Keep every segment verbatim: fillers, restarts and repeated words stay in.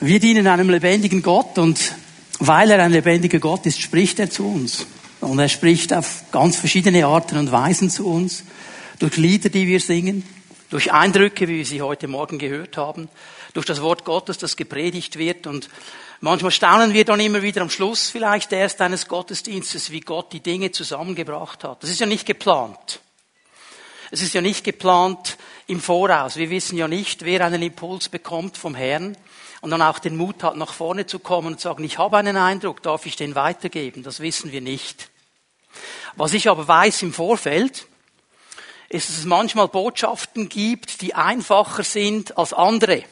Wir dienen einem lebendigen Gott und weil er ein lebendiger Gott ist, spricht er zu uns. Und er spricht auf ganz verschiedene Arten und Weisen zu uns. Durch Lieder, die wir singen, durch Eindrücke, wie wir sie heute Morgen gehört haben, durch das Wort Gottes, das gepredigt wird. Und manchmal staunen wir dann immer wieder am Schluss vielleicht erst eines Gottesdienstes, wie Gott die Dinge zusammengebracht hat. Das ist ja nicht geplant. Es ist ja nicht geplant im Voraus. Wir wissen ja nicht, wer einen Impuls bekommt vom Herrn und dann auch den Mut hat, nach vorne zu kommen und zu sagen, ich habe einen Eindruck, darf ich den weitergeben? Das wissen wir nicht. Was ich aber weiß im Vorfeld, ist, dass es manchmal Botschaften gibt, die einfacher sind als andere,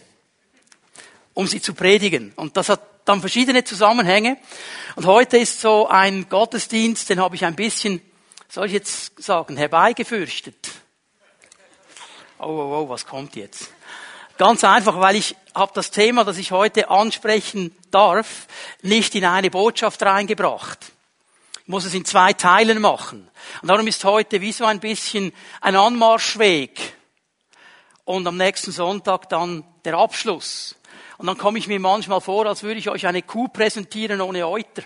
um sie zu predigen. Und das hat dann verschiedene Zusammenhänge. Und heute ist so ein Gottesdienst, den habe ich ein bisschen, soll ich jetzt sagen, herbeigefürchtet. Oh, oh, oh, was kommt jetzt? Ganz einfach, weil ich habe das Thema, das ich heute ansprechen darf, nicht in eine Botschaft reingebracht. Ich muss es in zwei Teilen machen. Und darum ist heute wie so ein bisschen ein Anmarschweg. Und am nächsten Sonntag dann der Abschluss. Und dann komme ich mir manchmal vor, als würde ich euch eine Kuh präsentieren ohne Euter.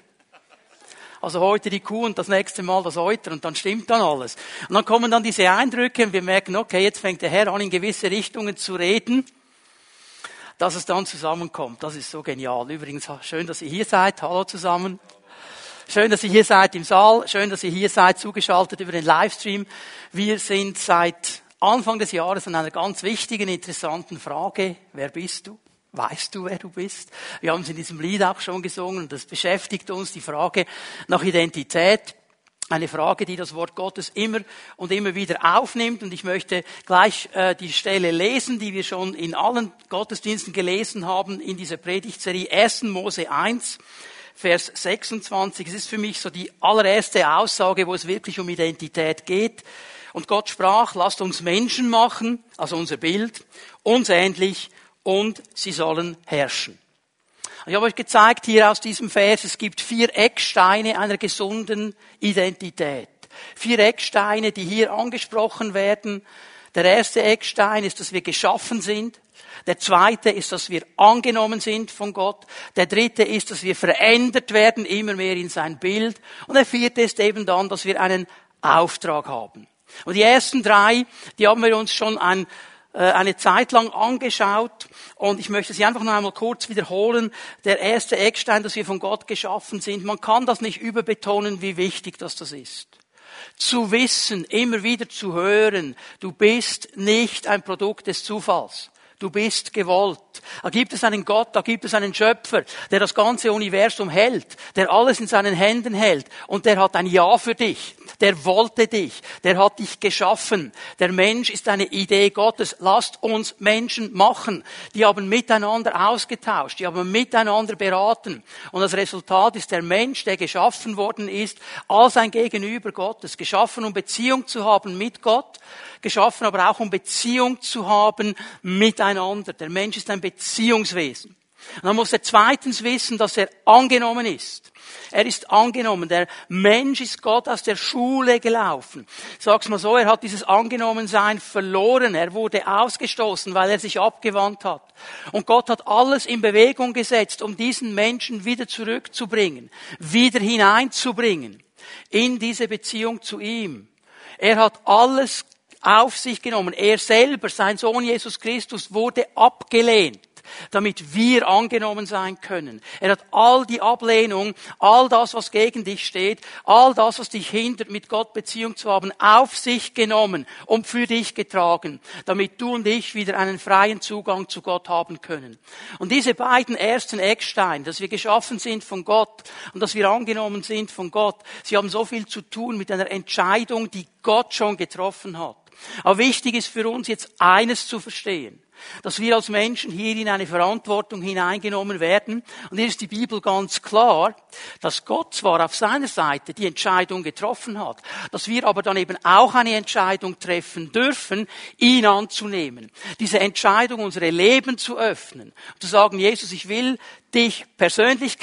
Also heute die Kuh und das nächste Mal das Euter und dann stimmt dann alles. Und dann kommen dann diese Eindrücke und wir merken, okay, jetzt fängt der Herr an, in gewisse Richtungen zu reden, dass es dann zusammenkommt. Das ist so genial. Übrigens, schön, dass ihr hier seid. Hallo zusammen. Schön, dass ihr hier seid im Saal. Schön, dass ihr hier seid, zugeschaltet über den Livestream. Wir sind seit Anfang des Jahres an einer ganz wichtigen, interessanten Frage. Wer bist du? Weißt du, wer du bist? Wir haben es in diesem Lied auch schon gesungen und das beschäftigt uns, die Frage nach Identität. Eine Frage, die das Wort Gottes immer und immer wieder aufnimmt. Und ich möchte gleich äh, die Stelle lesen, die wir schon in allen Gottesdiensten gelesen haben in dieser Predigtserie. erster Mose eins, Vers sechsundzwanzig. Es ist für mich so die allererste Aussage, wo es wirklich um Identität geht. Und Gott sprach, lasst uns Menschen machen, also unser Bild, uns ähnlich, und sie sollen herrschen. Ich habe euch gezeigt hier aus diesem Vers, es gibt vier Ecksteine einer gesunden Identität. Vier Ecksteine, die hier angesprochen werden. Der erste Eckstein ist, dass wir geschaffen sind. Der zweite ist, dass wir angenommen sind von Gott. Der dritte ist, dass wir verändert werden, immer mehr in sein Bild. Und der vierte ist eben dann, dass wir einen Auftrag haben. Und die ersten drei, die haben wir uns schon ein eine Zeit lang angeschaut und ich möchte sie einfach noch einmal kurz wiederholen. Der erste Eckstein, dass wir von Gott geschaffen sind. Man kann das nicht überbetonen, wie wichtig das das ist. Zu wissen, immer wieder zu hören, du bist nicht ein Produkt des Zufalls. Du bist gewollt. Da gibt es einen Gott, da gibt es einen Schöpfer, der das ganze Universum hält, der alles in seinen Händen hält und der hat ein Ja für dich. Der wollte dich, der hat dich geschaffen. Der Mensch ist eine Idee Gottes. Lasst uns Menschen machen. Die haben miteinander ausgetauscht, die haben miteinander beraten. Und das Resultat ist der Mensch, der geschaffen worden ist, als ein Gegenüber Gottes. Geschaffen, um Beziehung zu haben mit Gott, geschaffen aber auch, um Beziehung zu haben miteinander. Der Mensch ist ein Beziehungswesen. Und dann muss er zweitens wissen, dass er angenommen ist. Er ist angenommen. Der Mensch ist Gott aus der Schule gelaufen. Ich sag's mal so, er hat dieses Angenommensein verloren. Er wurde ausgestoßen, weil er sich abgewandt hat. Und Gott hat alles in Bewegung gesetzt, um diesen Menschen wieder zurückzubringen, wieder hineinzubringen in diese Beziehung zu ihm. Er hat alles auf sich genommen. Er selber, sein Sohn Jesus Christus, wurde abgelehnt, damit wir angenommen sein können. Er hat all die Ablehnung, all das, was gegen dich steht, all das, was dich hindert, mit Gott Beziehung zu haben, auf sich genommen und für dich getragen, damit du und ich wieder einen freien Zugang zu Gott haben können. Und diese beiden ersten Ecksteine, dass wir geschaffen sind von Gott und dass wir angenommen sind von Gott, sie haben so viel zu tun mit einer Entscheidung, die Gott schon getroffen hat. Aber wichtig ist für uns jetzt eines zu verstehen, dass wir als Menschen hier in eine Verantwortung hineingenommen werden. Und hier ist die Bibel ganz klar, dass Gott zwar auf seiner Seite die Entscheidung getroffen hat, dass wir aber dann eben auch eine Entscheidung treffen dürfen, ihn anzunehmen. Diese Entscheidung, unsere Leben zu öffnen. Und zu sagen, Jesus, ich will dich persönlich kennen.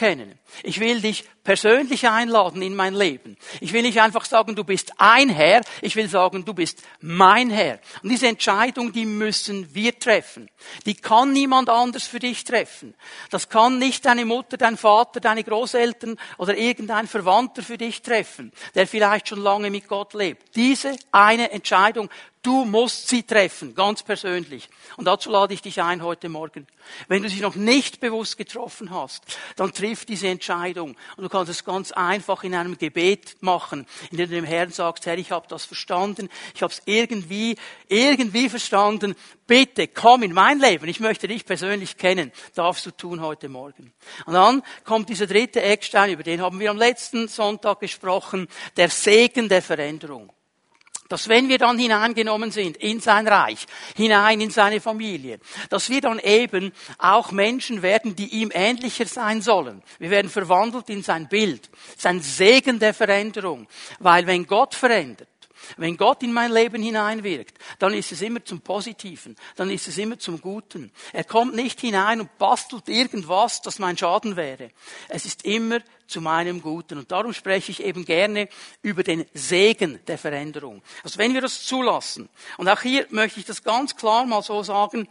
Ich will dich persönlich einladen in mein Leben. Ich will nicht einfach sagen, du bist ein Herr. Ich will sagen, du bist mein Herr. Und diese Entscheidung, die müssen wir treffen. Die kann niemand anders für dich treffen. Das kann nicht deine Mutter, dein Vater, deine Großeltern oder irgendein Verwandter für dich treffen, der vielleicht schon lange mit Gott lebt. Diese eine Entscheidung, du musst sie treffen, ganz persönlich. Und dazu lade ich dich ein heute Morgen. Wenn du sie noch nicht bewusst getroffen hast, dann triff diese Entscheidung. Und du kannst es ganz einfach in einem Gebet machen, indem du dem Herrn sagst, Herr, ich habe das verstanden, ich habe es irgendwie, irgendwie verstanden. Bitte, komm in mein Leben, ich möchte dich persönlich kennen. Darfst du tun heute Morgen. Und dann kommt dieser dritte Eckstein, über den haben wir am letzten Sonntag gesprochen, der Segen der Veränderung. Dass wenn wir dann hineingenommen sind in sein Reich, hinein in seine Familie, dass wir dann eben auch Menschen werden, die ihm ähnlicher sein sollen. Wir werden verwandelt in sein Bild, sein Segen der Veränderung. Weil wenn Gott verändert, wenn Gott in mein Leben hineinwirkt, dann ist es immer zum Positiven, dann ist es immer zum Guten. Er kommt nicht hinein und bastelt irgendwas, das mein Schaden wäre. Es ist immer zu meinem Guten. Und darum spreche ich eben gerne über den Segen der Veränderung. Also wenn wir das zulassen, und auch hier möchte ich das ganz klar mal so sagen,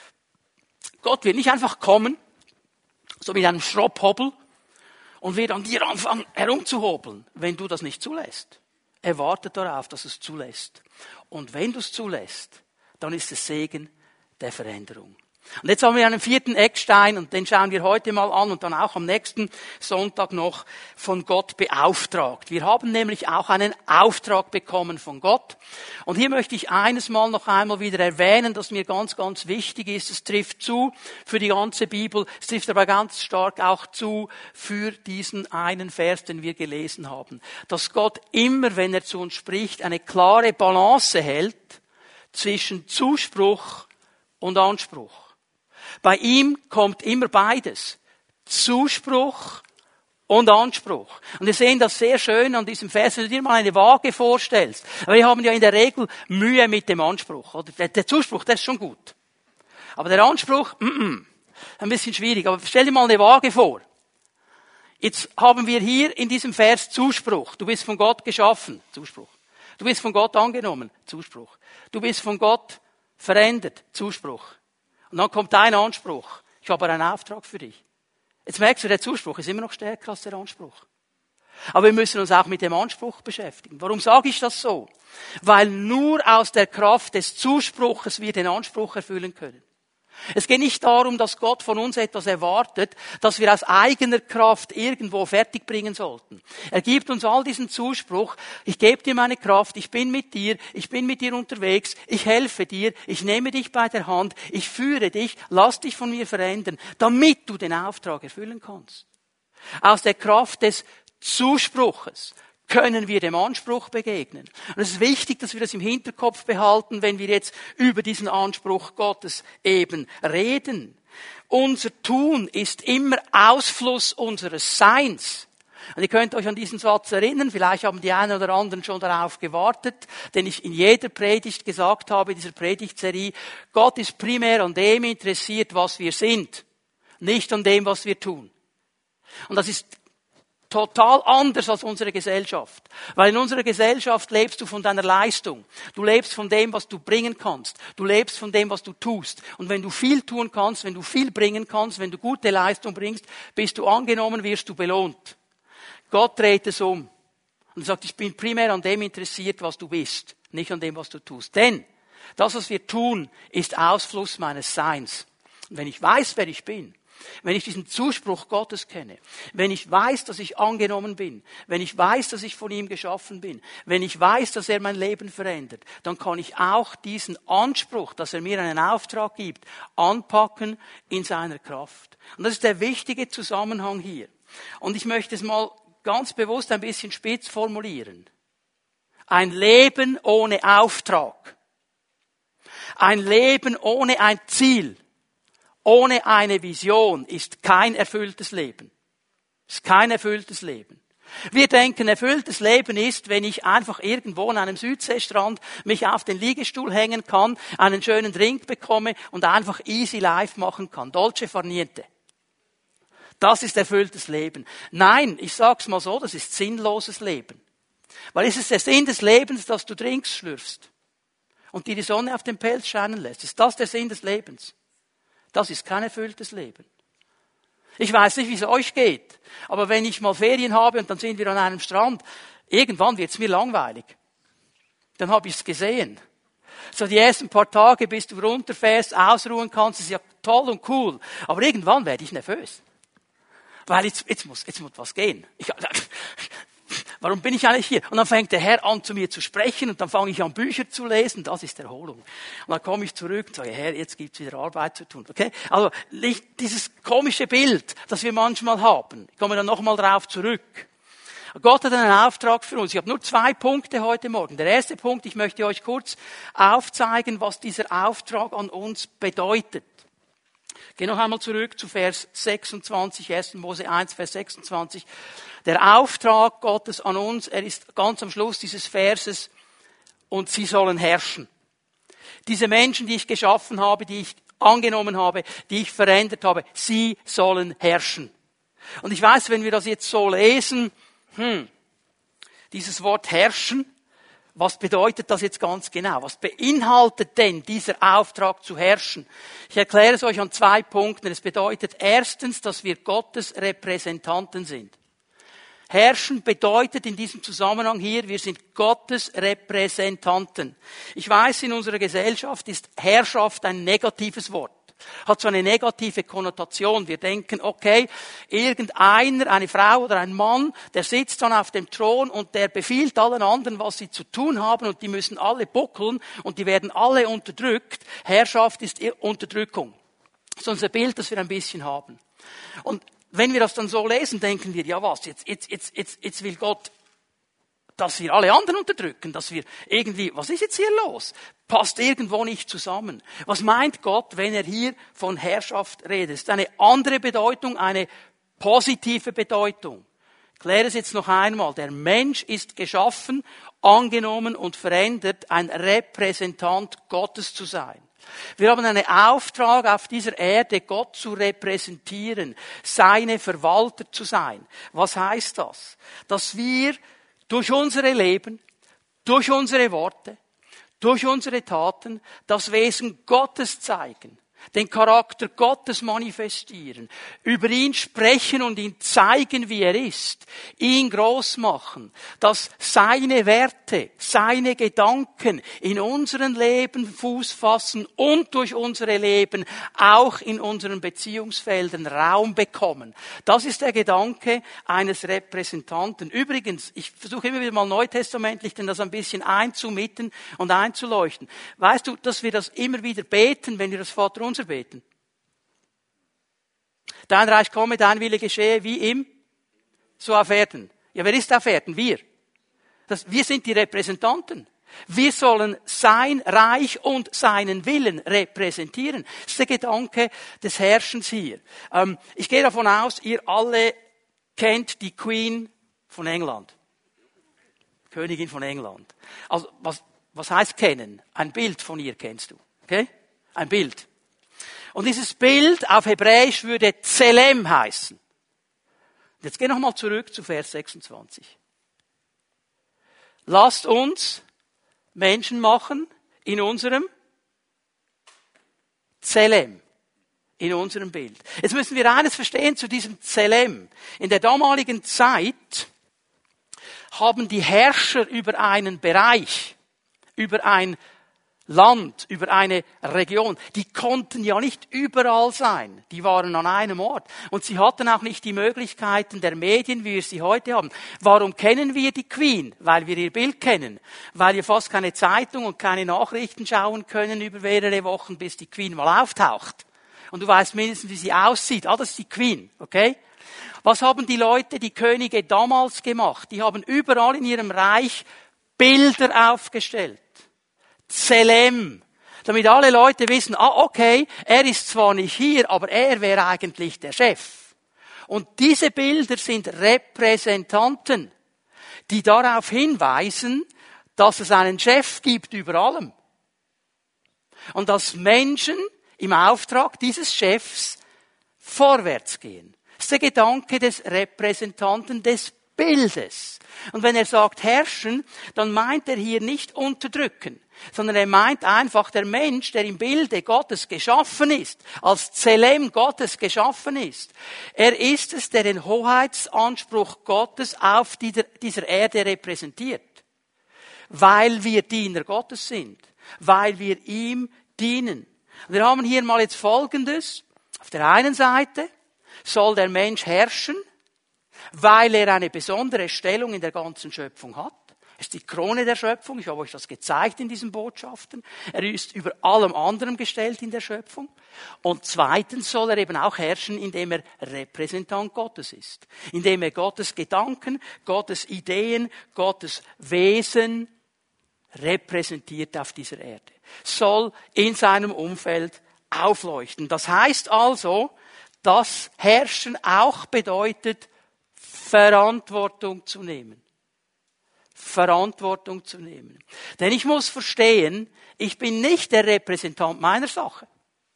Gott wird nicht einfach kommen, so mit einem Schrobhobel, und wird an dir anfangen herumzuhobeln, wenn du das nicht zulässt. Er wartet darauf, dass du es zulässt. Und wenn du es zulässt, dann ist es Segen der Veränderung. Und jetzt haben wir einen vierten Eckstein und den schauen wir heute mal an und dann auch am nächsten Sonntag noch von Gott beauftragt. Wir haben nämlich auch einen Auftrag bekommen von Gott. Und hier möchte ich eines Mal noch einmal wieder erwähnen, das mir ganz, ganz wichtig ist. Es trifft zu für die ganze Bibel. Es trifft aber ganz stark auch zu für diesen einen Vers, den wir gelesen haben. Dass Gott immer, wenn er zu uns spricht, eine klare Balance hält zwischen Zuspruch und Anspruch. Bei ihm kommt immer beides. Zuspruch und Anspruch. Und wir sehen das sehr schön an diesem Vers, wenn du dir mal eine Waage vorstellst. Aber wir haben ja in der Regel Mühe mit dem Anspruch. Oder? Der, der Zuspruch, der ist schon gut. Aber der Anspruch, mm, mm, ein bisschen schwierig. Aber stell dir mal eine Waage vor. Jetzt haben wir hier in diesem Vers Zuspruch. Du bist von Gott geschaffen. Zuspruch. Du bist von Gott angenommen. Zuspruch. Du bist von Gott verändert. Zuspruch. Und dann kommt dein Anspruch. Ich habe einen Auftrag für dich. Jetzt merkst du, der Zuspruch ist immer noch stärker als der Anspruch. Aber wir müssen uns auch mit dem Anspruch beschäftigen. Warum sage ich das so? Weil nur aus der Kraft des Zuspruches wir den Anspruch erfüllen können. Es geht nicht darum, dass Gott von uns etwas erwartet, das wir aus eigener Kraft irgendwo fertigbringen sollten. Er gibt uns all diesen Zuspruch, ich gebe dir meine Kraft, ich bin mit dir, ich bin mit dir unterwegs, ich helfe dir, ich nehme dich bei der Hand, ich führe dich, lass dich von mir verändern, damit du den Auftrag erfüllen kannst. Aus der Kraft des Zuspruches können wir dem Anspruch begegnen. Und es ist wichtig, dass wir das im Hinterkopf behalten, wenn wir jetzt über diesen Anspruch Gottes eben reden. Unser Tun ist immer Ausfluss unseres Seins. Und ihr könnt euch an diesen Satz erinnern, vielleicht haben die einen oder anderen schon darauf gewartet, denn ich in jeder Predigt gesagt habe, in dieser Predigtserie, Gott ist primär an dem interessiert, was wir sind, nicht an dem, was wir tun. Und das ist total anders als unsere Gesellschaft. Weil in unserer Gesellschaft lebst du von deiner Leistung. Du lebst von dem, was du bringen kannst. Du lebst von dem, was du tust. Und wenn du viel tun kannst, wenn du viel bringen kannst, wenn du gute Leistung bringst, bist du angenommen, wirst du belohnt. Gott dreht es um. Und er sagt, ich bin primär an dem interessiert, was du bist, nicht an dem, was du tust. Denn das, was wir tun, ist Ausfluss meines Seins. Und wenn ich weiß, wer ich bin, wenn ich diesen Zuspruch Gottes kenne, wenn ich weiß, dass ich angenommen bin, wenn ich weiß, dass ich von ihm geschaffen bin, wenn ich weiß, dass er mein Leben verändert, dann kann ich auch diesen Anspruch, dass er mir einen Auftrag gibt, anpacken in seiner Kraft. Und das ist der wichtige Zusammenhang hier. Und ich möchte es mal ganz bewusst ein bisschen spitz formulieren. Ein Leben ohne Auftrag. Ein Leben ohne ein Ziel. Ohne eine Vision ist kein erfülltes Leben. Ist kein erfülltes Leben. Wir denken, erfülltes Leben ist, wenn ich einfach irgendwo an einem Südseestrand mich auf den Liegestuhl hängen kann, einen schönen Drink bekomme und einfach easy life machen kann. Dolce far niente. Das ist erfülltes Leben. Nein, ich sag's mal so, das ist sinnloses Leben. Weil ist es der Sinn des Lebens, dass du Drinks schlürfst und dir die Sonne auf den Pelz scheinen lässt? Ist das der Sinn des Lebens? Das ist kein erfülltes Leben. Ich weiß nicht, wie es euch geht, aber wenn ich mal Ferien habe und dann sind wir an einem Strand, irgendwann wird's mir langweilig. Dann habe ich's gesehen. So die ersten paar Tage, bis du runterfährst, ausruhen kannst, ist ja toll und cool. Aber irgendwann werde ich nervös. Weil jetzt, jetzt muss, jetzt muss was gehen. Ich, warum bin ich eigentlich hier? Und dann fängt der Herr an, zu mir zu sprechen und dann fange ich an, Bücher zu lesen. Das ist Erholung. Und dann komme ich zurück und sage, Herr, jetzt gibt's wieder Arbeit zu tun. Okay? Also, dieses komische Bild, das wir manchmal haben. Ich komme dann nochmal drauf zurück. Gott hat einen Auftrag für uns. Ich habe nur zwei Punkte heute Morgen. Der erste Punkt, ich möchte euch kurz aufzeigen, was dieser Auftrag an uns bedeutet. Ich gehe noch einmal zurück zu Vers sechsundzwanzig, erster Mose eins, Vers sechsundzwanzig. Der Auftrag Gottes an uns, er ist ganz am Schluss dieses Verses, und sie sollen herrschen. Diese Menschen, die ich geschaffen habe, die ich angenommen habe, die ich verändert habe, sie sollen herrschen. Und ich weiß, wenn wir das jetzt so lesen, hm, dieses Wort herrschen, was bedeutet das jetzt ganz genau? Was beinhaltet denn dieser Auftrag zu herrschen? Ich erkläre es euch an zwei Punkten. Es bedeutet erstens, dass wir Gottes Repräsentanten sind. Herrschen bedeutet in diesem Zusammenhang hier, wir sind Gottes Repräsentanten. Ich weiß, in unserer Gesellschaft ist Herrschaft ein negatives Wort. Hat so eine negative Konnotation. Wir denken, okay, irgendeiner, eine Frau oder ein Mann, der sitzt dann auf dem Thron und der befiehlt allen anderen, was sie zu tun haben, und die müssen alle buckeln und die werden alle unterdrückt. Herrschaft ist Unterdrückung. Das ist unser Bild, das wir ein bisschen haben. Und wenn wir das dann so lesen, denken wir, ja was, jetzt, jetzt, jetzt, jetzt, jetzt will Gott, dass wir alle anderen unterdrücken, dass wir irgendwie, was ist jetzt hier los? Passt irgendwo nicht zusammen. Was meint Gott, wenn er hier von Herrschaft redet? Es ist eine andere Bedeutung, eine positive Bedeutung. Ich kläre es jetzt noch einmal. Der Mensch ist geschaffen, angenommen und verändert, ein Repräsentant Gottes zu sein. Wir haben einen Auftrag auf dieser Erde, Gott zu repräsentieren, seine Verwalter zu sein. Was heißt das? Dass wir durch unsere Leben, durch unsere Worte, durch unsere Taten das Wesen Gottes zeigen, den Charakter Gottes manifestieren, über ihn sprechen und ihn zeigen, wie er ist, ihn groß machen, dass seine Werte, seine Gedanken in unseren Leben Fuß fassen und durch unsere Leben auch in unseren Beziehungsfeldern Raum bekommen. Das ist der Gedanke eines Repräsentanten. Übrigens, ich versuche immer wieder mal neutestamentlich denn das ein bisschen einzumitten und einzuleuchten. Weißt du, dass wir das immer wieder beten, wenn wir das Vaterunser beten? Dein Reich komme, dein Wille geschehe, wie im, so auf Erden. Ja, wer ist auf Erden? Wir. Das, wir sind die Repräsentanten. Wir sollen sein Reich und seinen Willen repräsentieren. Das ist der Gedanke des Herrschens hier. Ähm, ich gehe davon aus, ihr alle kennt die Queen von England. Königin von England. Also, was, was heißt kennen? Ein Bild von ihr kennst du. Okay? Ein Bild. Und dieses Bild auf Hebräisch würde Zelem heißen. Und jetzt geh noch mal zurück zu Vers sechsundzwanzig. Lasst uns Menschen machen in unserem Zelem, in unserem Bild. Jetzt müssen wir eines verstehen zu diesem Zelem. In der damaligen Zeit haben die Herrscher über einen Bereich, über ein Land, über eine Region, die konnten ja nicht überall sein. Die waren an einem Ort. Und sie hatten auch nicht die Möglichkeiten der Medien, wie wir sie heute haben. Warum kennen wir die Queen? Weil wir ihr Bild kennen. Weil wir fast keine Zeitung und keine Nachrichten schauen können über mehrere Wochen, bis die Queen mal auftaucht. Und du weißt mindestens, wie sie aussieht. Ah, das ist die Queen, okay? Was haben die Leute, die Könige damals gemacht? Die haben überall in ihrem Reich Bilder aufgestellt. Zelem. Damit alle Leute wissen, ah, okay, er ist zwar nicht hier, aber er wäre eigentlich der Chef. Und diese Bilder sind Repräsentanten, die darauf hinweisen, dass es einen Chef gibt über allem. Und dass Menschen im Auftrag dieses Chefs vorwärts gehen. Das ist der Gedanke des Repräsentanten des Bildes. Und wenn er sagt herrschen, dann meint er hier nicht unterdrücken, sondern er meint einfach der Mensch, der im Bilde Gottes geschaffen ist, als Zelem Gottes geschaffen ist. Er ist es, der den Hoheitsanspruch Gottes auf dieser Erde repräsentiert. Weil wir Diener Gottes sind. Weil wir ihm dienen. Und wir haben hier mal jetzt Folgendes. Auf der einen Seite soll der Mensch herrschen, weil er eine besondere Stellung in der ganzen Schöpfung hat. Er ist die Krone der Schöpfung. Ich habe euch das gezeigt in diesen Botschaften. Er ist über allem anderen gestellt in der Schöpfung. Und zweitens soll er eben auch herrschen, indem er Repräsentant Gottes ist. Indem er Gottes Gedanken, Gottes Ideen, Gottes Wesen repräsentiert auf dieser Erde. Soll in seinem Umfeld aufleuchten. Das heißt also, dass Herrschen auch bedeutet, Verantwortung zu nehmen. Verantwortung zu nehmen. Denn ich muss verstehen, ich bin nicht der Repräsentant meiner Sache.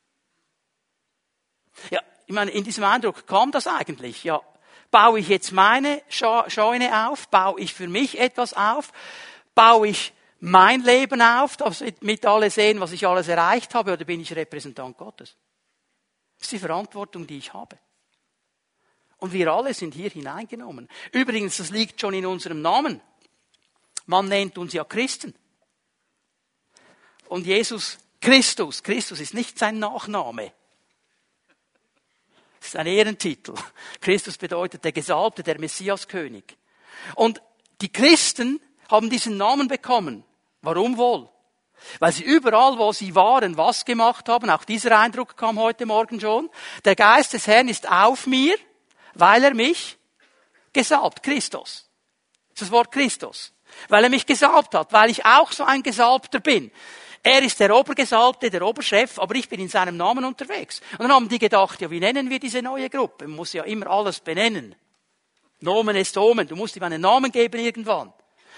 Ja, ich meine, in diesem Eindruck kam das eigentlich. Ja, baue ich jetzt meine Scheune auf? Baue ich für mich etwas auf? Baue ich mein Leben auf, damit alle sehen, was ich alles erreicht habe? Oder bin ich Repräsentant Gottes? Das ist die Verantwortung, die ich habe. Und wir alle sind hier hineingenommen. Übrigens, das liegt schon in unserem Namen. Man nennt uns ja Christen. Und Jesus Christus, Christus ist nicht sein Nachname. Das ist ein Ehrentitel. Christus bedeutet der Gesalbte, der Messiaskönig. Und die Christen haben diesen Namen bekommen. Warum wohl? Weil sie überall, wo sie waren, was gemacht haben. Auch dieser Eindruck kam heute Morgen schon. Der Geist des Herrn ist auf mir, weil er mich gesalbt. Christus. Das ist das Wort Christus. Weil er mich gesalbt hat. Weil ich auch so ein Gesalbter bin. Er ist der Obergesalbte, der Oberchef, aber ich bin in seinem Namen unterwegs. Und dann haben die gedacht, ja, wie nennen wir diese neue Gruppe? Man muss ja immer alles benennen. Nomen est omen. Du musst ihm einen Namen geben irgendwann.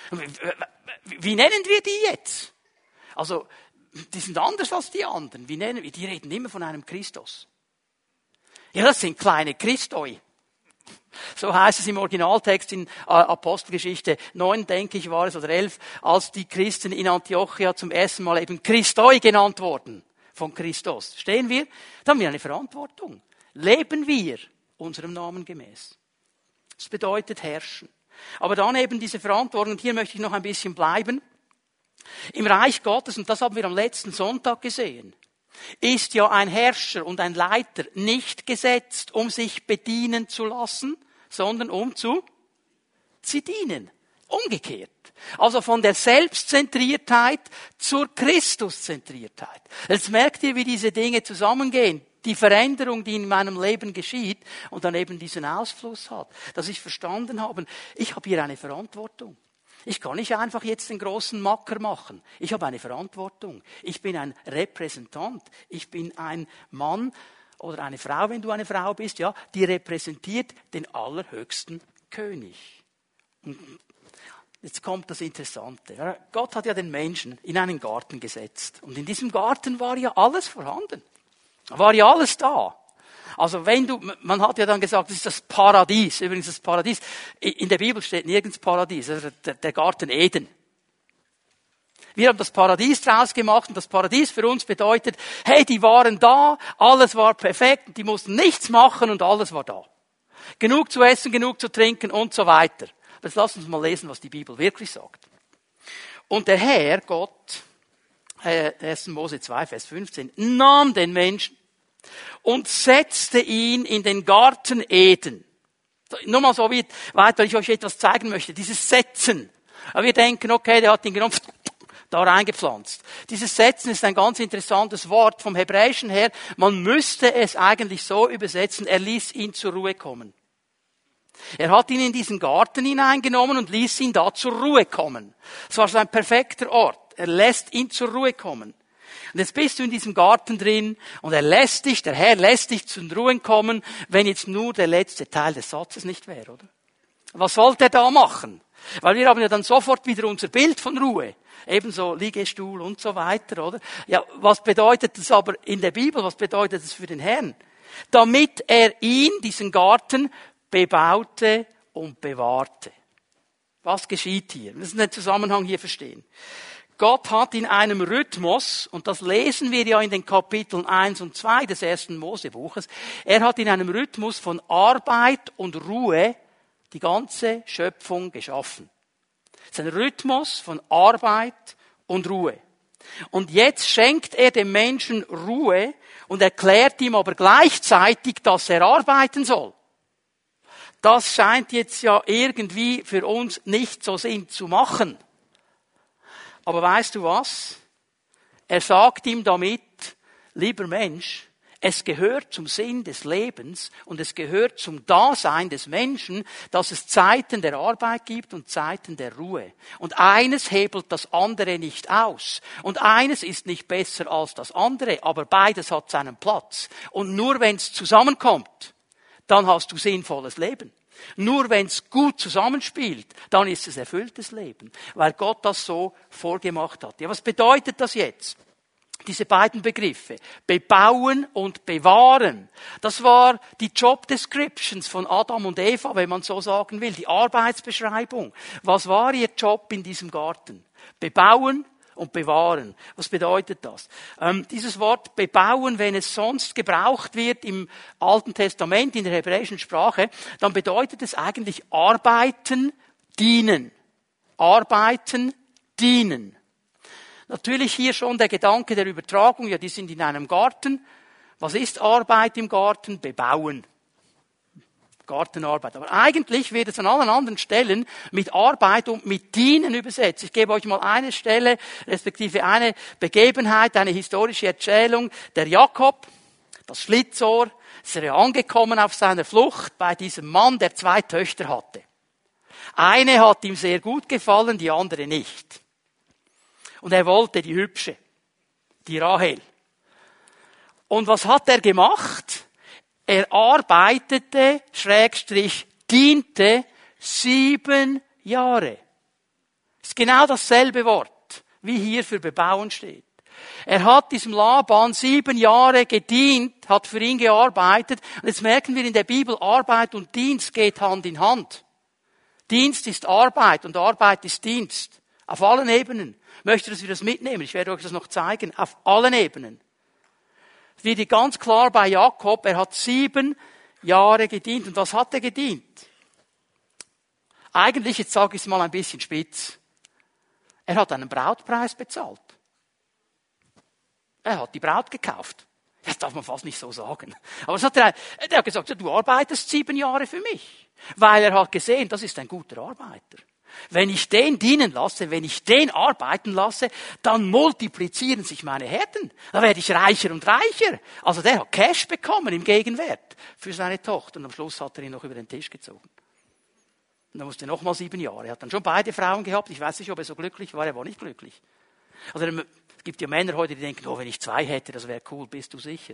Wie nennen wir die jetzt? Also, die sind anders als die anderen. Wie nennen wir? Die reden immer von einem Christus. Ja, das sind kleine Christoi. So heißt es im Originaltext in Apostelgeschichte neun, denke ich, war es, oder elf, als die Christen in Antiochia zum ersten Mal eben Christoi genannt wurden. Von Christus. Stehen wir? Da haben wir eine Verantwortung. Leben wir unserem Namen gemäß. Das bedeutet herrschen. Aber dann eben diese Verantwortung, und hier möchte ich noch ein bisschen bleiben. Im Reich Gottes, und das haben wir am letzten Sonntag gesehen, ist ja ein Herrscher und ein Leiter nicht gesetzt, um sich bedienen zu lassen, sondern um zu, zu dienen. Umgekehrt. Also von der Selbstzentriertheit zur Christuszentriertheit. Jetzt merkt ihr, wie diese Dinge zusammengehen. Die Veränderung, die in meinem Leben geschieht und dann eben diesen Ausfluss hat. Dass ich verstanden habe, ich habe hier eine Verantwortung. Ich kann nicht einfach jetzt den großen Macker machen. Ich habe eine Verantwortung. Ich bin ein Repräsentant. Ich bin ein Mann oder eine Frau, wenn du eine Frau bist, ja, die repräsentiert den allerhöchsten König. Und jetzt kommt das Interessante. Gott hat ja den Menschen in einen Garten gesetzt. Und in diesem Garten war ja alles vorhanden. War ja alles da. Also wenn du, man hat ja dann gesagt, das ist das Paradies. Übrigens das Paradies. In der Bibel steht nirgends Paradies. Also der, der Garten Eden. Wir haben das Paradies draus gemacht und das Paradies für uns bedeutet, hey, die waren da, alles war perfekt, die mussten nichts machen und alles war da. Genug zu essen, genug zu trinken und so weiter. Aber jetzt lass uns mal lesen, was die Bibel wirklich sagt. Und der Herr, Gott, äh, erster Mose zwei, Vers fünfzehn, nahm den Menschen und setzte ihn in den Garten Eden. Nur mal so weit, weil ich euch etwas zeigen möchte. Dieses Setzen. Aber wir denken, okay, der hat ihn genommen, da reingepflanzt. Dieses Setzen ist ein ganz interessantes Wort vom Hebräischen her. Man müsste es eigentlich so übersetzen, er ließ ihn zur Ruhe kommen. Er hat ihn in diesen Garten hineingenommen und ließ ihn da zur Ruhe kommen. Es war so ein perfekter Ort. Er lässt ihn zur Ruhe kommen. Und jetzt bist du in diesem Garten drin und er lässt dich, der Herr lässt dich zur Ruhe kommen, wenn jetzt nur der letzte Teil des Satzes nicht wäre, oder? Was sollte er da machen? Weil wir haben ja dann sofort wieder unser Bild von Ruhe. Ebenso Liegestuhl und so weiter, oder? Ja, was bedeutet das aber in der Bibel? Was bedeutet das für den Herrn? damit er ihn, diesen Garten, bebaute und bewahrte. Was geschieht hier? Wir müssen den Zusammenhang hier verstehen. Gott hat in einem Rhythmus, und das lesen wir ja in den Kapiteln eins und zwei des ersten Mosebuches, er hat in einem Rhythmus von Arbeit und Ruhe die ganze Schöpfung geschaffen. Es ist ein Rhythmus von Arbeit und Ruhe. Und jetzt schenkt er dem Menschen Ruhe und erklärt ihm aber gleichzeitig, dass er arbeiten soll. Das scheint jetzt ja irgendwie für uns nicht so Sinn zu machen. Aber weißt du was? Er sagt ihm damit, lieber Mensch, es gehört zum Sinn des Lebens und es gehört zum Dasein des Menschen, dass es Zeiten der Arbeit gibt und Zeiten der Ruhe. Und eines hebelt das andere nicht aus. Und eines ist nicht besser als das andere, aber beides hat seinen Platz. Und nur wenn es zusammenkommt, dann hast du sinnvolles Leben. Nur wenn es gut zusammenspielt, dann ist es erfülltes Leben, weil Gott das so vorgemacht hat. Ja, was bedeutet das jetzt? Diese beiden Begriffe, bebauen und bewahren, das war die Job Descriptions von Adam und Eva, wenn man so sagen will, die Arbeitsbeschreibung. Was war ihr Job in diesem Garten? Bebauen und bewahren. Was bedeutet das? Ähm, dieses Wort bebauen, wenn es sonst gebraucht wird im Alten Testament, in der hebräischen Sprache, dann bedeutet es eigentlich arbeiten, dienen. Arbeiten, dienen. Natürlich hier schon der Gedanke der Übertragung, ja, die sind in einem Garten. Was ist Arbeit im Garten? Bebauen. Gartenarbeit. Aber eigentlich wird es an allen anderen Stellen mit Arbeit und mit Dienen übersetzt. Ich gebe euch mal eine Stelle, respektive eine Begebenheit, eine historische Erzählung. Der Jakob, das Schlitzohr, ist er angekommen auf seiner Flucht bei diesem Mann, der zwei Töchter hatte. Eine hat ihm sehr gut gefallen, die andere nicht. Und er wollte die hübsche, die Rahel. Und was hat er gemacht? Er arbeitete, Schrägstrich, diente sieben Jahre. Ist genau dasselbe Wort, wie hier für bebauen steht. Er hat diesem Laban sieben Jahre gedient, hat für ihn gearbeitet. Und jetzt merken wir in der Bibel, Arbeit und Dienst geht Hand in Hand. Dienst ist Arbeit und Arbeit ist Dienst. Auf allen Ebenen. Ich möchte, dass wir das mitnehmen. Ich werde euch das noch zeigen. Auf allen Ebenen. Es wird ganz klar bei Jakob, er hat sieben Jahre gedient. Und was hat er gedient? Eigentlich, jetzt sage ich es mal ein bisschen spitz, er hat einen Brautpreis bezahlt. Er hat die Braut gekauft. Das darf man fast nicht so sagen. Aber das hat er, er hat gesagt, du arbeitest sieben Jahre für mich. Weil er hat gesehen, das ist ein guter Arbeiter. Wenn ich den dienen lasse, wenn ich den arbeiten lasse, dann multiplizieren sich meine Herden. Dann werde ich reicher und reicher. Also der hat Cash bekommen im Gegenwert für seine Tochter. Und am Schluss hat er ihn noch über den Tisch gezogen. Und dann musste er noch mal sieben Jahre. Er hat dann schon beide Frauen gehabt. Ich weiß nicht, ob er so glücklich war. Er war nicht glücklich. Also es gibt ja Männer heute, die denken, oh, wenn ich zwei hätte, das wäre cool. Bist du sicher?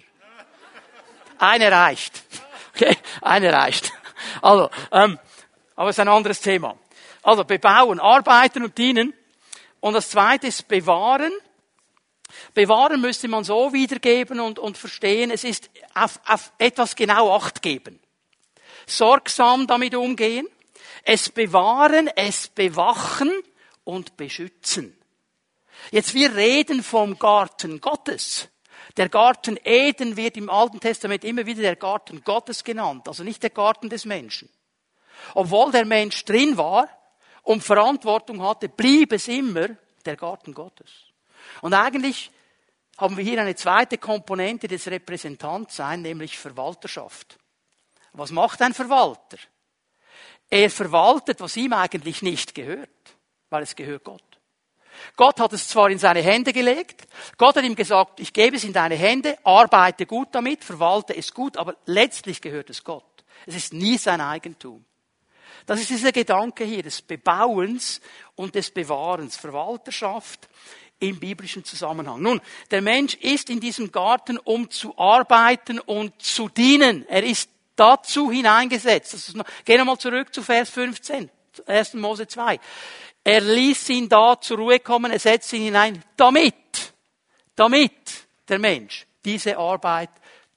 Eine reicht. Okay, eine reicht. Also, ähm, aber es ist ein anderes Thema. Also bebauen, arbeiten und dienen. Und das zweite ist bewahren. Bewahren müsste man so wiedergeben und, und verstehen. Es ist auf, auf etwas genau Acht geben. Sorgsam damit umgehen. Es bewahren, es bewachen und beschützen. Jetzt, wir reden vom Garten Gottes. Der Garten Eden wird im Alten Testament immer wieder der Garten Gottes genannt. Also nicht der Garten des Menschen. Obwohl der Mensch drin war und Verantwortung hatte, blieb es immer der Garten Gottes. Und eigentlich haben wir hier eine zweite Komponente des Repräsentantseins, nämlich Verwalterschaft. Was macht ein Verwalter? Er verwaltet, was ihm eigentlich nicht gehört, weil es gehört Gott. Gott hat es zwar in seine Hände gelegt, Gott hat ihm gesagt, ich gebe es in deine Hände, arbeite gut damit, verwalte es gut, aber letztlich gehört es Gott. Es ist nie sein Eigentum. Das ist dieser Gedanke hier des Bebauens und des Bewahrens, Verwalterschaft im biblischen Zusammenhang. Nun, der Mensch ist in diesem Garten, um zu arbeiten und zu dienen. Er ist dazu hineingesetzt. Das ist noch, gehen wir mal zurück zu Vers fünfzehn, ersten Mose zwei. Er ließ ihn da zur Ruhe kommen, er setzte ihn hinein, damit, damit der Mensch diese Arbeit tut.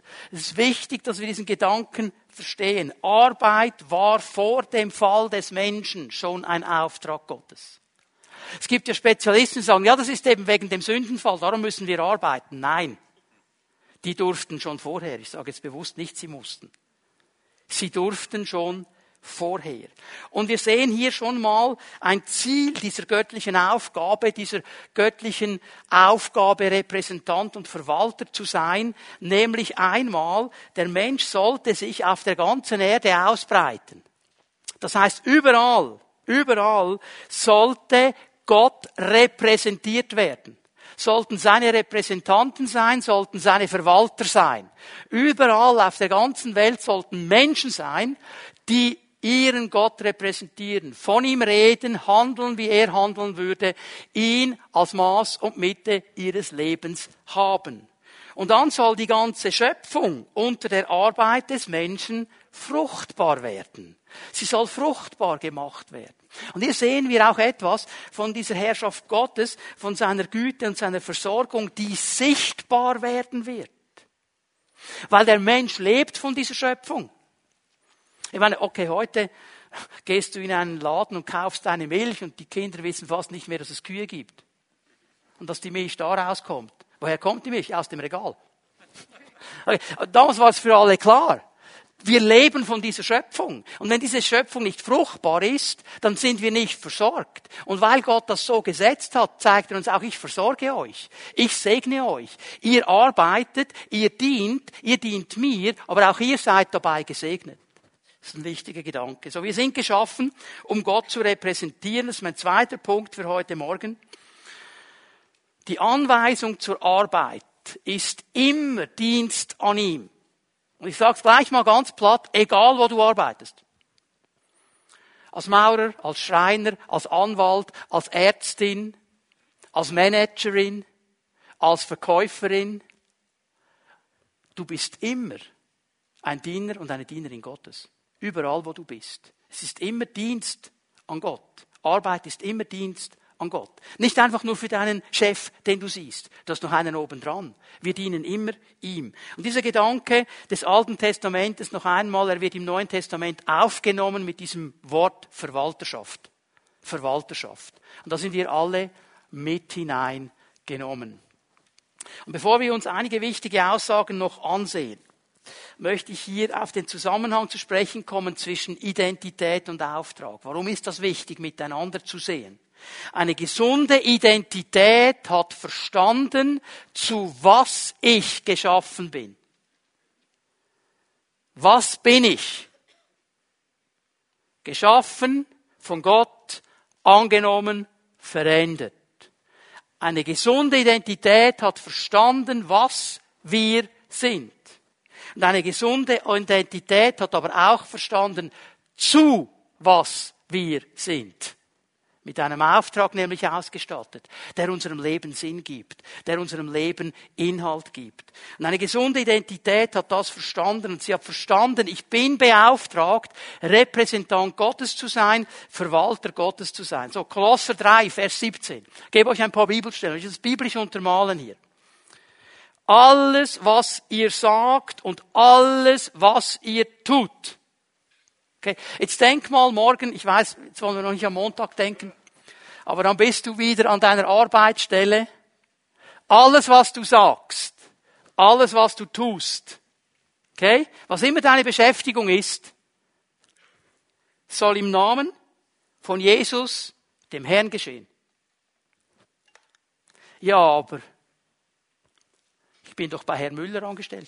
Es ist wichtig, dass wir diesen Gedanken verstehen. Arbeit war vor dem Fall des Menschen schon ein Auftrag Gottes. Es gibt ja Spezialisten, die sagen, ja, das ist eben wegen dem Sündenfall, darum müssen wir arbeiten. Nein, die durften schon vorher. Ich sage jetzt bewusst nicht, sie mussten. Sie durften schon vorher. Und wir sehen hier schon mal ein Ziel dieser göttlichen Aufgabe, dieser göttlichen Aufgabe, Repräsentant und Verwalter zu sein, nämlich einmal, der Mensch sollte sich auf der ganzen Erde ausbreiten. Das heißt, überall, überall sollte Gott repräsentiert werden. Sollten seine Repräsentanten sein, sollten seine Verwalter sein. Überall auf der ganzen Welt sollten Menschen sein, die ihren Gott repräsentieren, von ihm reden, handeln, wie er handeln würde, ihn als Maß und Mitte ihres Lebens haben. Und dann soll die ganze Schöpfung unter der Arbeit des Menschen fruchtbar werden. Sie soll fruchtbar gemacht werden. Und hier sehen wir auch etwas von dieser Herrschaft Gottes, von seiner Güte und seiner Versorgung, die sichtbar werden wird. Weil der Mensch lebt von dieser Schöpfung. Ich meine, okay, heute gehst du in einen Laden und kaufst deine Milch und die Kinder wissen fast nicht mehr, dass es Kühe gibt. Und dass die Milch da rauskommt. Woher kommt die Milch? Aus dem Regal. Okay. Damals war es für alle klar. Wir leben von dieser Schöpfung. Und wenn diese Schöpfung nicht fruchtbar ist, dann sind wir nicht versorgt. Und weil Gott das so gesetzt hat, zeigt er uns auch, ich versorge euch. Ich segne euch. Ihr arbeitet, ihr dient, ihr dient mir, aber auch ihr seid dabei gesegnet. Das ist ein wichtiger Gedanke. So, wir sind geschaffen, um Gott zu repräsentieren. Das ist mein zweiter Punkt für heute Morgen. Die Anweisung zur Arbeit ist immer Dienst an ihm. Und ich sage es gleich mal ganz platt, egal wo du arbeitest. Als Maurer, als Schreiner, als Anwalt, als Ärztin, als Managerin, als Verkäuferin. Du bist immer ein Diener und eine Dienerin Gottes. Überall, wo du bist. Es ist immer Dienst an Gott. Arbeit ist immer Dienst an Gott. Nicht einfach nur für deinen Chef, den du siehst. Du hast noch einen obendran. Wir dienen immer ihm. Und dieser Gedanke des Alten Testamentes noch einmal, er wird im Neuen Testament aufgenommen mit diesem Wort Verwalterschaft. Verwalterschaft. Und da sind wir alle mit hineingenommen. Und bevor wir uns einige wichtige Aussagen noch ansehen, möchte ich hier auf den Zusammenhang zu sprechen kommen zwischen Identität und Auftrag. Warum ist das wichtig, miteinander zu sehen? Eine gesunde Identität hat verstanden, zu was ich geschaffen bin. Was bin ich? Geschaffen, von Gott, angenommen, verändert. Eine gesunde Identität hat verstanden, was wir sind. Und eine gesunde Identität hat aber auch verstanden, zu was wir sind. Mit einem Auftrag nämlich ausgestattet, der unserem Leben Sinn gibt, der unserem Leben Inhalt gibt. Und eine gesunde Identität hat das verstanden und sie hat verstanden, ich bin beauftragt, Repräsentant Gottes zu sein, Verwalter Gottes zu sein. So, Kolosser drei, Vers siebzehn. Ich gebe euch ein paar Bibelstellen, ich will das biblisch untermalen hier. Alles, was ihr sagt und alles, was ihr tut. Okay. Jetzt denk mal morgen, ich weiß, jetzt wollen wir noch nicht am Montag denken, aber dann bist du wieder an deiner Arbeitsstelle. Alles, was du sagst, alles, was du tust, okay, was immer deine Beschäftigung ist, soll im Namen von Jesus, dem Herrn, geschehen. Ja, aber ich bin doch bei Herrn Müller angestellt.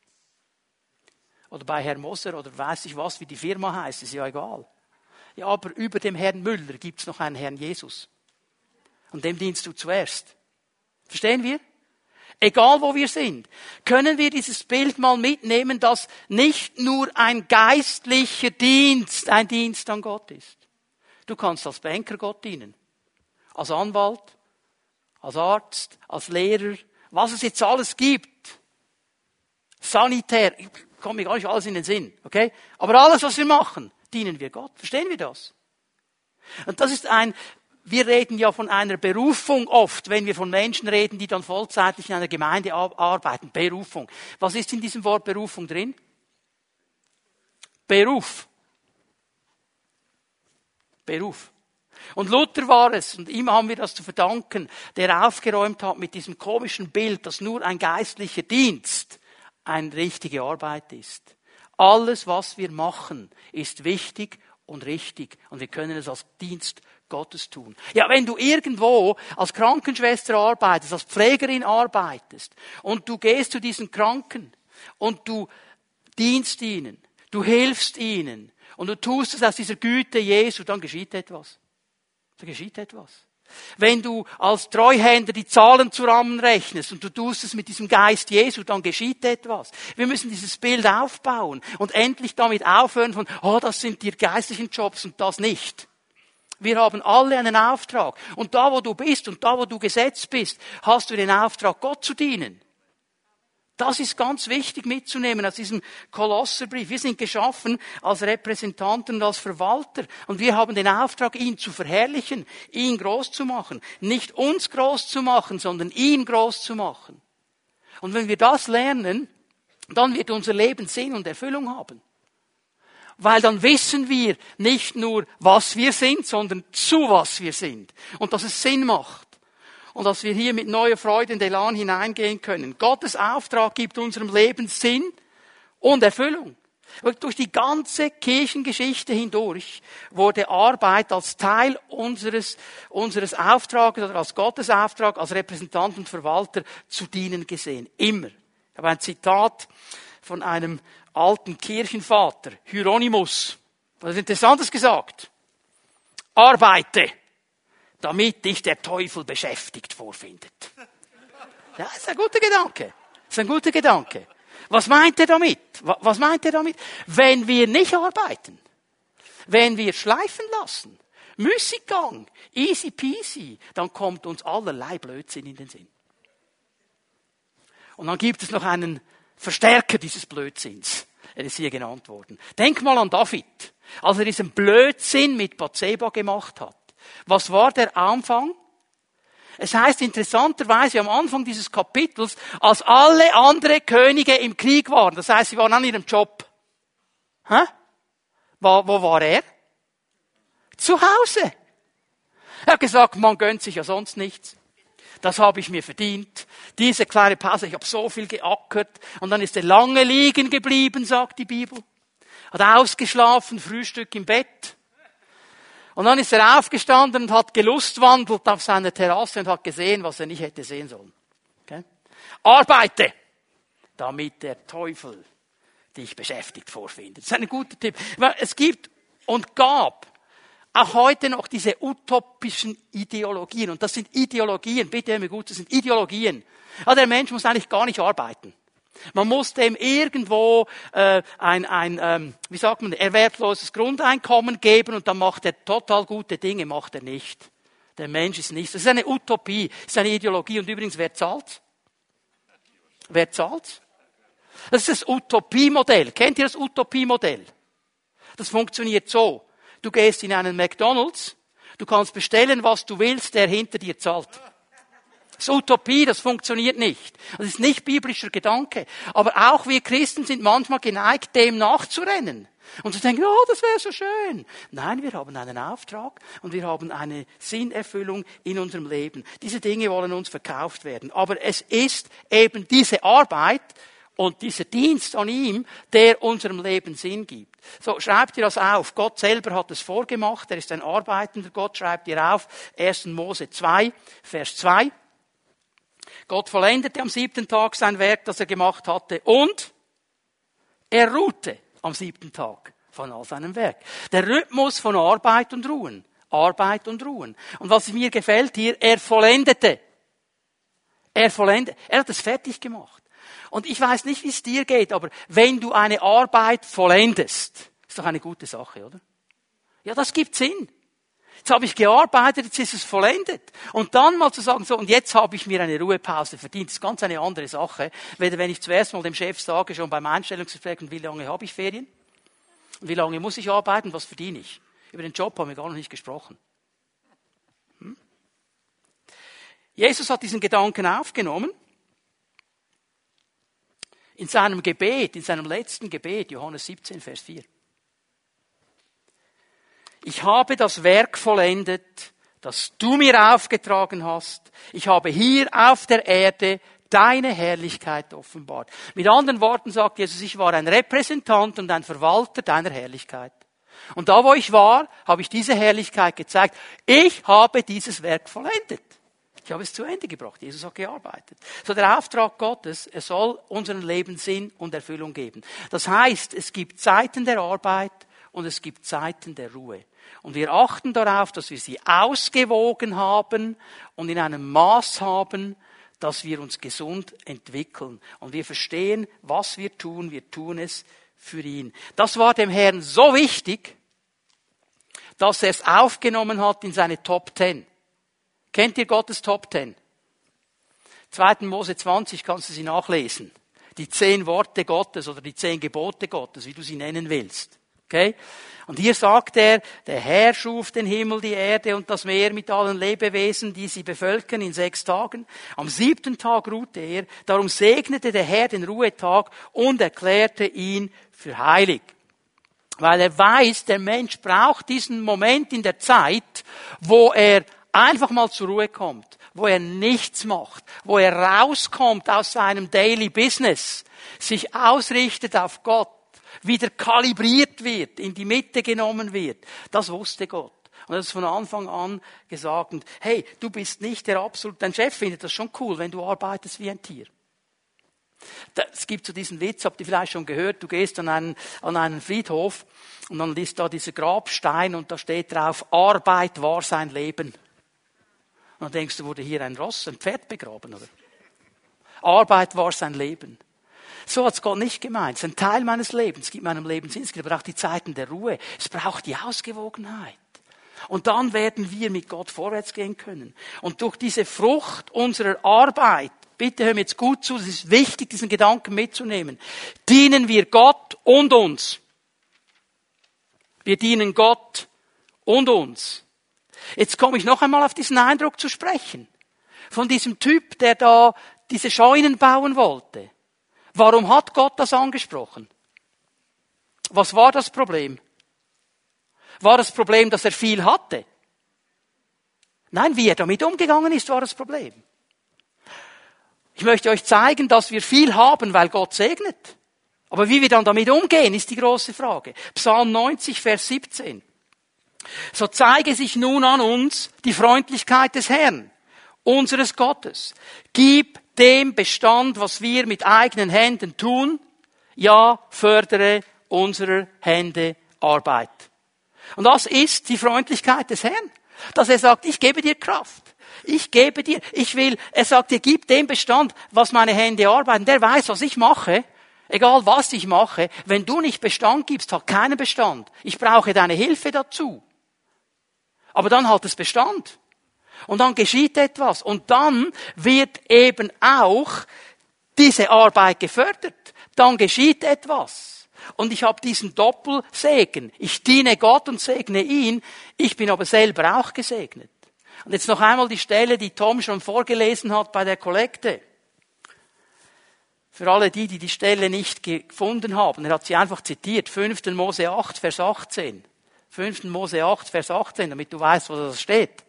Oder bei Herrn Moser oder weiß ich was, wie die Firma heißt, ist ja egal. Ja, aber über dem Herrn Müller gibt's noch einen Herrn Jesus. Und dem dienst du zuerst. Verstehen wir? Egal wo wir sind, können wir dieses Bild mal mitnehmen, dass nicht nur ein geistlicher Dienst ein Dienst an Gott ist. Du kannst als Banker Gott dienen. Als Anwalt, als Arzt, als Lehrer, was es jetzt alles gibt. Sanitär, kommt mir gar nicht alles in den Sinn, okay? Aber alles, was wir machen, dienen wir Gott. Verstehen wir das? Und das ist ein wir reden ja von einer Berufung oft, wenn wir von Menschen reden, die dann vollzeitlich in einer Gemeinde arbeiten. Berufung. Was ist in diesem Wort Berufung drin? Beruf. Beruf. Und Luther war es, und ihm haben wir das zu verdanken, der aufgeräumt hat mit diesem komischen Bild, dass nur ein geistlicher Dienst eine richtige Arbeit ist. Alles, was wir machen, ist wichtig und richtig. Und wir können es als Dienst Gottes tun. Ja, wenn du irgendwo als Krankenschwester arbeitest, als Pflegerin arbeitest und du gehst zu diesen Kranken und du dienst ihnen, du hilfst ihnen und du tust es aus dieser Güte Jesu, dann geschieht etwas. Da geschieht etwas. Wenn du als Treuhänder die Zahlen zusammenrechnest und du tust es mit diesem Geist Jesu, dann geschieht etwas. Wir müssen dieses Bild aufbauen und endlich damit aufhören von, oh, das sind die geistlichen Jobs und das nicht. Wir haben alle einen Auftrag. Und da, wo du bist und da, wo du gesetzt bist, hast du den Auftrag, Gott zu dienen. Das ist ganz wichtig mitzunehmen aus diesem Kolosserbrief. Wir sind geschaffen als Repräsentanten und als Verwalter. Und wir haben den Auftrag, ihn zu verherrlichen, ihn groß zu machen. Nicht uns groß zu machen, sondern ihn groß zu machen. Und wenn wir das lernen, dann wird unser Leben Sinn und Erfüllung haben. Weil dann wissen wir nicht nur, was wir sind, sondern zu was wir sind. Und dass es Sinn macht. Und dass wir hier mit neuer Freude und Elan hineingehen können. Gottes Auftrag gibt unserem Leben Sinn und Erfüllung. Durch die ganze Kirchengeschichte hindurch wurde Arbeit als Teil unseres, unseres Auftrages oder als Gottes Auftrag, als Repräsentant und Verwalter zu dienen gesehen. Immer. Ich habe ein Zitat von einem alten Kirchenvater, Hieronymus. Was Interessantes gesagt. Arbeite, damit dich der Teufel beschäftigt vorfindet. Ja, das ist ein guter Gedanke. Das ist ein guter Gedanke. Was meint er damit? Was meint er damit? Wenn wir nicht arbeiten, wenn wir schleifen lassen, Müßiggang, easy peasy, dann kommt uns allerlei Blödsinn in den Sinn. Und dann gibt es noch einen Verstärker dieses Blödsinns. Er ist hier genannt worden. Denk mal an David, als er diesen Blödsinn mit Bathseba gemacht hat. Was war der Anfang? Es heißt interessanterweise am Anfang dieses Kapitels, als alle andere Könige im Krieg waren. Das heißt, sie waren an ihrem Job. Hä? Wo, wo war er? Zu Hause. Er hat gesagt, man gönnt sich ja sonst nichts. Das habe ich mir verdient. Diese kleine Pause, ich habe so viel geackert. Und dann ist er lange liegen geblieben, sagt die Bibel. Hat ausgeschlafen, Frühstück im Bett. Und dann ist er aufgestanden und hat gelustwandelt auf seiner Terrasse und hat gesehen, was er nicht hätte sehen sollen. Okay? Arbeite, damit der Teufel dich beschäftigt vorfindet. Das ist ein guter Tipp. Es gibt und gab auch heute noch diese utopischen Ideologien. Und das sind Ideologien, bitte hör mir gut, das sind Ideologien. Ja, der Mensch muss eigentlich gar nicht arbeiten. Man muss dem irgendwo äh, ein, ein ähm, wie sagt man, erwerbsloses Grundeinkommen geben und dann macht er total gute Dinge, macht er nicht. Der Mensch ist nicht. Das ist eine Utopie, das ist eine Ideologie. Und übrigens, wer zahlt? Wer zahlt? Das ist das Utopiemodell. Kennt ihr das Utopiemodell? Das funktioniert so. Du gehst in einen McDonald's, du kannst bestellen, was du willst, der hinter dir zahlt. Das ist Utopie, das funktioniert nicht. Das ist nicht biblischer Gedanke. Aber auch wir Christen sind manchmal geneigt, dem nachzurennen. Und zu denken, oh, das wäre so schön. Nein, wir haben einen Auftrag und wir haben eine Sinnerfüllung in unserem Leben. Diese Dinge wollen uns verkauft werden. Aber es ist eben diese Arbeit und dieser Dienst an ihm, der unserem Leben Sinn gibt. So, schreibt ihr das auf. Gott selber hat es vorgemacht. Er ist ein arbeitender Gott. Schreibt ihr auf. erster Mose zwei, Vers zwei. Gott vollendete am siebten Tag sein Werk, das er gemacht hatte, und er ruhte am siebten Tag von all seinem Werk. Der Rhythmus von Arbeit und Ruhen. Arbeit und Ruhen. Und was mir gefällt hier, er vollendete. Er vollendete. Er hat es fertig gemacht. Und ich weiß nicht, wie es dir geht, aber wenn du eine Arbeit vollendest, ist doch eine gute Sache, oder? Ja, das gibt Sinn. Jetzt habe ich gearbeitet, jetzt ist es vollendet. Und dann mal zu sagen, so, und jetzt habe ich mir eine Ruhepause verdient, das ist ganz eine andere Sache, weder wenn ich zuerst mal dem Chef sage, schon beim Einstellungsgespräch, und wie lange habe ich Ferien? Und wie lange muss ich arbeiten? Was verdiene ich? Über den Job haben wir gar noch nicht gesprochen. Jesus hat diesen Gedanken aufgenommen. In seinem Gebet, in seinem letzten Gebet, Johannes siebzehn, Vers vier. Ich habe das Werk vollendet, das du mir aufgetragen hast. Ich habe hier auf der Erde deine Herrlichkeit offenbart. Mit anderen Worten sagt Jesus, ich war ein Repräsentant und ein Verwalter deiner Herrlichkeit. Und da, wo ich war, habe ich diese Herrlichkeit gezeigt. Ich habe dieses Werk vollendet. Ich habe es zu Ende gebracht. Jesus hat gearbeitet. So der Auftrag Gottes, er soll unserem Leben Sinn und Erfüllung geben. Das heißt, es gibt Zeiten der Arbeit und es gibt Zeiten der Ruhe. Und wir achten darauf, dass wir sie ausgewogen haben und in einem Maß haben, dass wir uns gesund entwickeln. Und wir verstehen, was wir tun. Wir tun es für ihn. Das war dem Herrn so wichtig, dass er es aufgenommen hat in seine Top Ten. Kennt ihr Gottes Top Ten? zweiter Mose zwanzig kannst du sie nachlesen. Die zehn Worte Gottes oder die zehn Gebote Gottes, wie du sie nennen willst. Okay? Und hier sagt er, der Herr schuf den Himmel, die Erde und das Meer mit allen Lebewesen, die sie bevölkern, in sechs Tagen. Am siebten Tag ruhte er. Darum segnete der Herr den Ruhetag und erklärte ihn für heilig. Weil er weiß, der Mensch braucht diesen Moment in der Zeit, wo er einfach mal zur Ruhe kommt, wo er nichts macht, wo er rauskommt aus seinem Daily Business, sich ausrichtet auf Gott, wieder kalibriert wird, in die Mitte genommen wird. Das wusste Gott. Und er hat von Anfang an gesagt, hey, du bist nicht der absolute, dein Chef findet das schon cool, wenn du arbeitest wie ein Tier. Es gibt so diesen Witz, habt ihr vielleicht schon gehört, du gehst an einen, an einen Friedhof und dann ist da dieser Grabstein und da steht drauf, Arbeit war sein Leben. Und dann denkst du, wurde hier ein Ross, ein Pferd begraben, oder? Arbeit war sein Leben. So hat's Gott nicht gemeint. Es ist ein Teil meines Lebens. Es gibt meinem Leben Sinn. Es gibt aber auch die Zeiten der Ruhe. Es braucht die Ausgewogenheit. Und dann werden wir mit Gott vorwärts gehen können. Und durch diese Frucht unserer Arbeit, bitte hör mir jetzt gut zu, es ist wichtig, diesen Gedanken mitzunehmen, dienen wir Gott und uns. Wir dienen Gott und uns. Jetzt komme ich noch einmal auf diesen Eindruck zu sprechen. Von diesem Typ, der da diese Scheunen bauen wollte. Warum hat Gott das angesprochen? Was war das Problem? War das Problem, dass er viel hatte? Nein, wie er damit umgegangen ist, war das Problem. Ich möchte euch zeigen, dass wir viel haben, weil Gott segnet. Aber wie wir dann damit umgehen, ist die große Frage. Psalm neunzig, Vers siebzehn. So zeige sich nun an uns die Freundlichkeit des Herrn, unseres Gottes. Gib dem Bestand, was wir mit eigenen Händen tun, ja, fördere unserer Hände Arbeit. Und das ist die Freundlichkeit des Herrn, dass er sagt, ich gebe dir Kraft. Ich gebe dir, ich will, er sagt dir, gib dem Bestand, was meine Hände arbeiten. Der weiß, was ich mache, egal was ich mache. Wenn du nicht Bestand gibst, hat keinen Bestand. Ich brauche deine Hilfe dazu. Aber dann hat es Bestand. Und dann geschieht etwas. Und dann wird eben auch diese Arbeit gefördert. Dann geschieht etwas. Und ich habe diesen Doppelsegen. Ich diene Gott und segne ihn. Ich bin aber selber auch gesegnet. Und jetzt noch einmal die Stelle, die Tom schon vorgelesen hat bei der Kollekte. Für alle die, die die Stelle nicht gefunden haben. Er hat sie einfach zitiert. fünfter Mose acht, Vers achtzehn. fünfter Mose acht, Vers achtzehn, damit du weißt, wo das steht.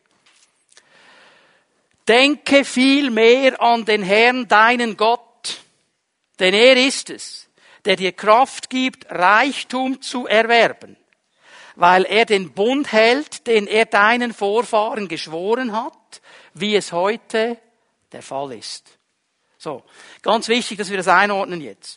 Denke vielmehr an den Herrn, deinen Gott, denn er ist es, der dir Kraft gibt, Reichtum zu erwerben, weil er den Bund hält, den er deinen Vorfahren geschworen hat, wie es heute der Fall ist. So, ganz wichtig, dass wir das einordnen jetzt.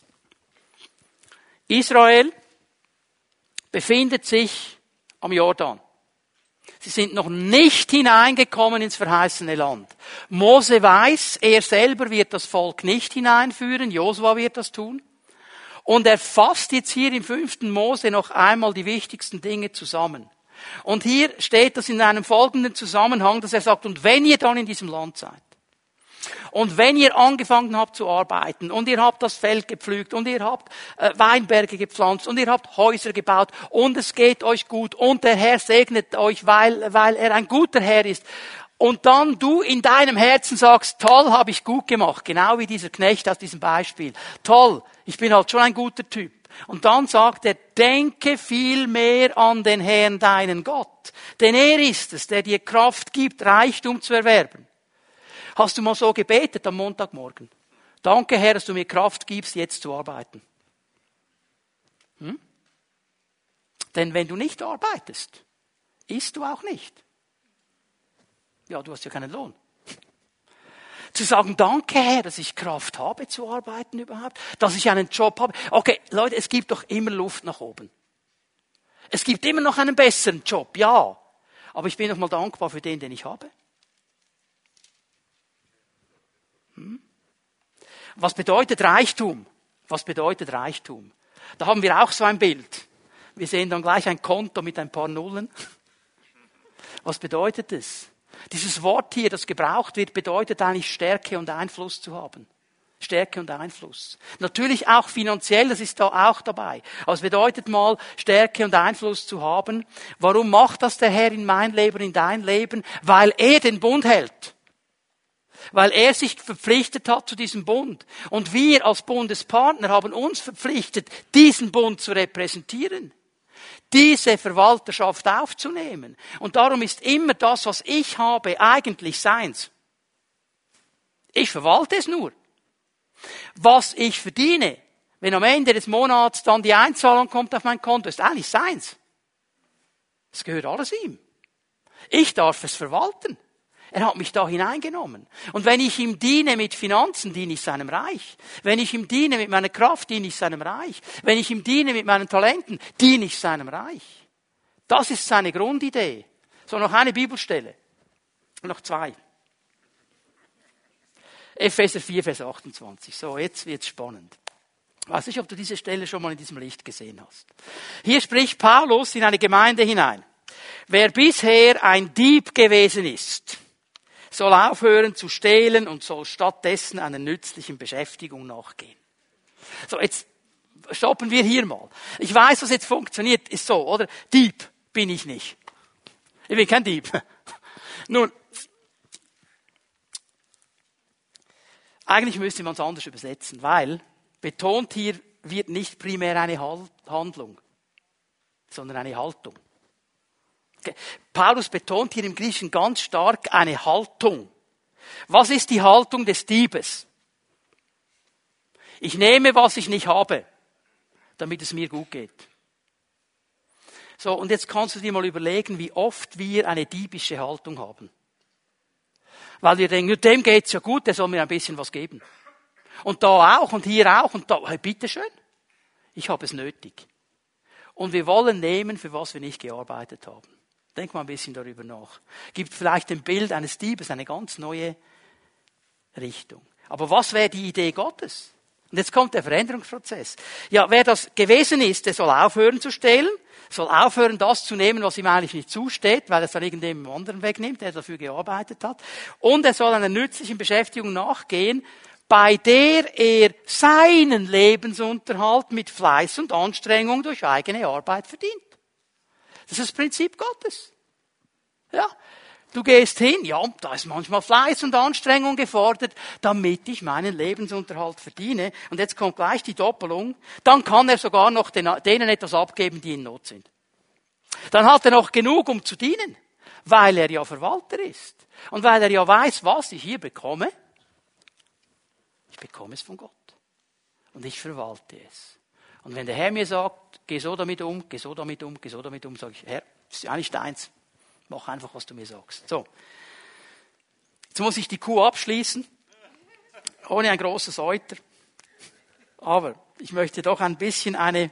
Israel befindet sich am Jordan. Sie sind noch nicht hineingekommen ins verheißene Land. Mose weiß, er selber wird das Volk nicht hineinführen, Josua wird das tun. Und er fasst jetzt hier im fünften Mose noch einmal die wichtigsten Dinge zusammen. Und hier steht das in einem folgenden Zusammenhang, dass er sagt, und wenn ihr dann in diesem Land seid, und wenn ihr angefangen habt zu arbeiten und ihr habt das Feld gepflügt und ihr habt äh, Weinberge gepflanzt und ihr habt Häuser gebaut und es geht euch gut und der Herr segnet euch, weil, weil er ein guter Herr ist. und dann du in deinem Herzen sagst, toll, habe ich gut gemacht, genau wie dieser Knecht aus diesem Beispiel. Toll, ich bin halt schon ein guter Typ. Und dann sagt er, denke viel mehr an den Herrn, deinen Gott. Denn er ist es, der dir Kraft gibt, Reichtum zu erwerben. Hast du mal so gebetet am Montagmorgen? Danke, Herr, dass du mir Kraft gibst, jetzt zu arbeiten. Hm? Denn wenn du nicht arbeitest, isst du auch nicht. Ja, du hast ja keinen Lohn. Zu sagen, danke Herr, dass ich Kraft habe zu arbeiten überhaupt, dass ich einen Job habe. Okay, Leute, es gibt doch immer Luft nach oben. Es gibt immer noch einen besseren Job, ja. Aber ich bin doch mal dankbar für den, den ich habe. Hm? Was bedeutet Reichtum? Was bedeutet Reichtum? Da haben wir auch so ein Bild. Wir sehen dann gleich ein Konto mit ein paar Nullen. Was bedeutet es? Dieses Wort hier, das gebraucht wird, bedeutet eigentlich Stärke und Einfluss zu haben. Stärke und Einfluss. Natürlich auch finanziell, das ist da auch dabei. Aber es bedeutet mal, Stärke und Einfluss zu haben. Warum macht das der Herr in mein Leben, in dein Leben? Weil er den Bund hält. Weil er sich verpflichtet hat zu diesem Bund. Und wir als Bundespartner haben uns verpflichtet, diesen Bund zu repräsentieren. Diese Verwalterschaft aufzunehmen. Und darum ist immer das, was ich habe, eigentlich seins. Ich verwalte es nur. Was ich verdiene, wenn am Ende des Monats dann die Einzahlung kommt auf mein Konto, ist eigentlich seins. Es gehört alles ihm. Ich darf es verwalten. Er hat mich da hineingenommen. Und wenn ich ihm diene mit Finanzen, diene ich seinem Reich. Wenn ich ihm diene mit meiner Kraft, diene ich seinem Reich. Wenn ich ihm diene mit meinen Talenten, diene ich seinem Reich. Das ist seine Grundidee. So, noch eine Bibelstelle. Noch zwei. Epheser vier, Vers achtundzwanzig. So, jetzt wird's spannend. Ich weiß nicht, ob du diese Stelle schon mal in diesem Licht gesehen hast. Hier spricht Paulus in eine Gemeinde hinein. Wer bisher ein Dieb gewesen ist, soll aufhören zu stehlen und soll stattdessen einer nützlichen Beschäftigung nachgehen. So, jetzt stoppen wir hier mal. Ich weiß, was jetzt funktioniert, ist so, oder? Dieb bin ich nicht. Ich bin kein Dieb. Nun, eigentlich müsste man es anders übersetzen, weil betont hier wird nicht primär eine Handlung, sondern eine Haltung. Paulus betont hier im Griechischen ganz stark eine Haltung. Was ist die Haltung des Diebes? Ich nehme, was ich nicht habe, damit es mir gut geht. So, und jetzt kannst du dir mal überlegen, wie oft wir eine diebische Haltung haben. Weil wir denken, dem geht's ja gut, der soll mir ein bisschen was geben. Und da auch und hier auch und da, hey, bitteschön, ich habe es nötig. Und wir wollen nehmen, für was wir nicht gearbeitet haben. Denk mal ein bisschen darüber nach. Gibt vielleicht dem Bild eines Diebes eine ganz neue Richtung. Aber was wäre die Idee Gottes? Und jetzt kommt der Veränderungsprozess. Ja, wer das gewesen ist, der soll aufhören zu stehlen, soll aufhören, das zu nehmen, was ihm eigentlich nicht zusteht, weil er es dann irgendjemandem anderen wegnimmt, der dafür gearbeitet hat. Und er soll einer nützlichen Beschäftigung nachgehen, bei der er seinen Lebensunterhalt mit Fleiß und Anstrengung durch eigene Arbeit verdient. Das ist das Prinzip Gottes. Ja. Du gehst hin, ja, da ist manchmal Fleiß und Anstrengung gefordert, damit ich meinen Lebensunterhalt verdiene. Und jetzt kommt gleich die Doppelung. Dann kann er sogar noch denen etwas abgeben, die in Not sind. Dann hat er noch genug, um zu dienen, weil er ja Verwalter ist. Und weil er ja weiß, was ich hier bekomme. Ich bekomme es von Gott. Und ich verwalte es. Und wenn der Herr mir sagt, geh so damit um, geh so damit um, geh so damit um, sage ich, Herr, das ist ja nicht deins. Mach einfach, was du mir sagst. So. Jetzt muss ich die Kuh abschließen. Ohne ein großes Euter. Aber ich möchte doch ein bisschen eine,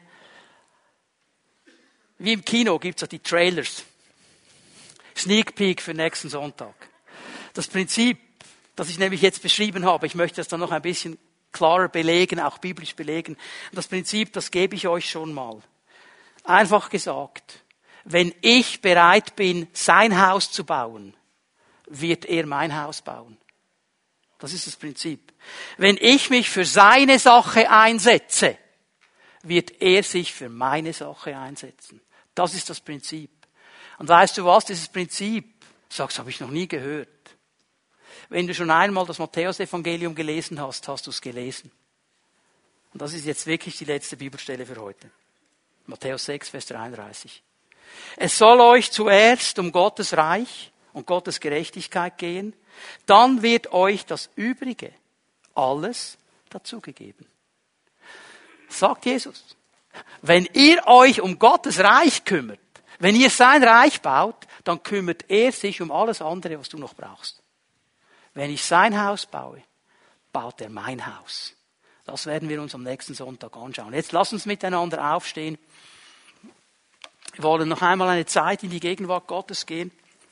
wie im Kino gibt's ja die Trailers. Sneak Peek für nächsten Sonntag. Das Prinzip, das ich nämlich jetzt beschrieben habe, ich möchte das dann noch ein bisschen klarer belegen, auch biblisch belegen. Das Prinzip, das gebe ich euch schon mal. Einfach gesagt, wenn ich bereit bin, sein Haus zu bauen, wird er mein Haus bauen. Das ist das Prinzip. Wenn ich mich für seine Sache einsetze, wird er sich für meine Sache einsetzen. Das ist das Prinzip. Und weißt du was, dieses Prinzip Du sagst, habe ich noch nie gehört. Wenn du schon einmal das Matthäus-Evangelium gelesen hast, hast du es gelesen. Und das ist jetzt wirklich die letzte Bibelstelle für heute. Matthäus sechs, Vers dreiunddreißig. Es soll euch zuerst um Gottes Reich und Gottes Gerechtigkeit gehen, dann wird euch das Übrige alles dazugegeben. Sagt Jesus. Wenn ihr euch um Gottes Reich kümmert, wenn ihr sein Reich baut, dann kümmert er sich um alles andere, was du noch brauchst. Wenn ich sein Haus baue, baut er mein Haus. Das werden wir uns am nächsten Sonntag anschauen. Jetzt lass uns miteinander aufstehen. Wir wollen noch einmal eine Zeit in die Gegenwart Gottes gehen.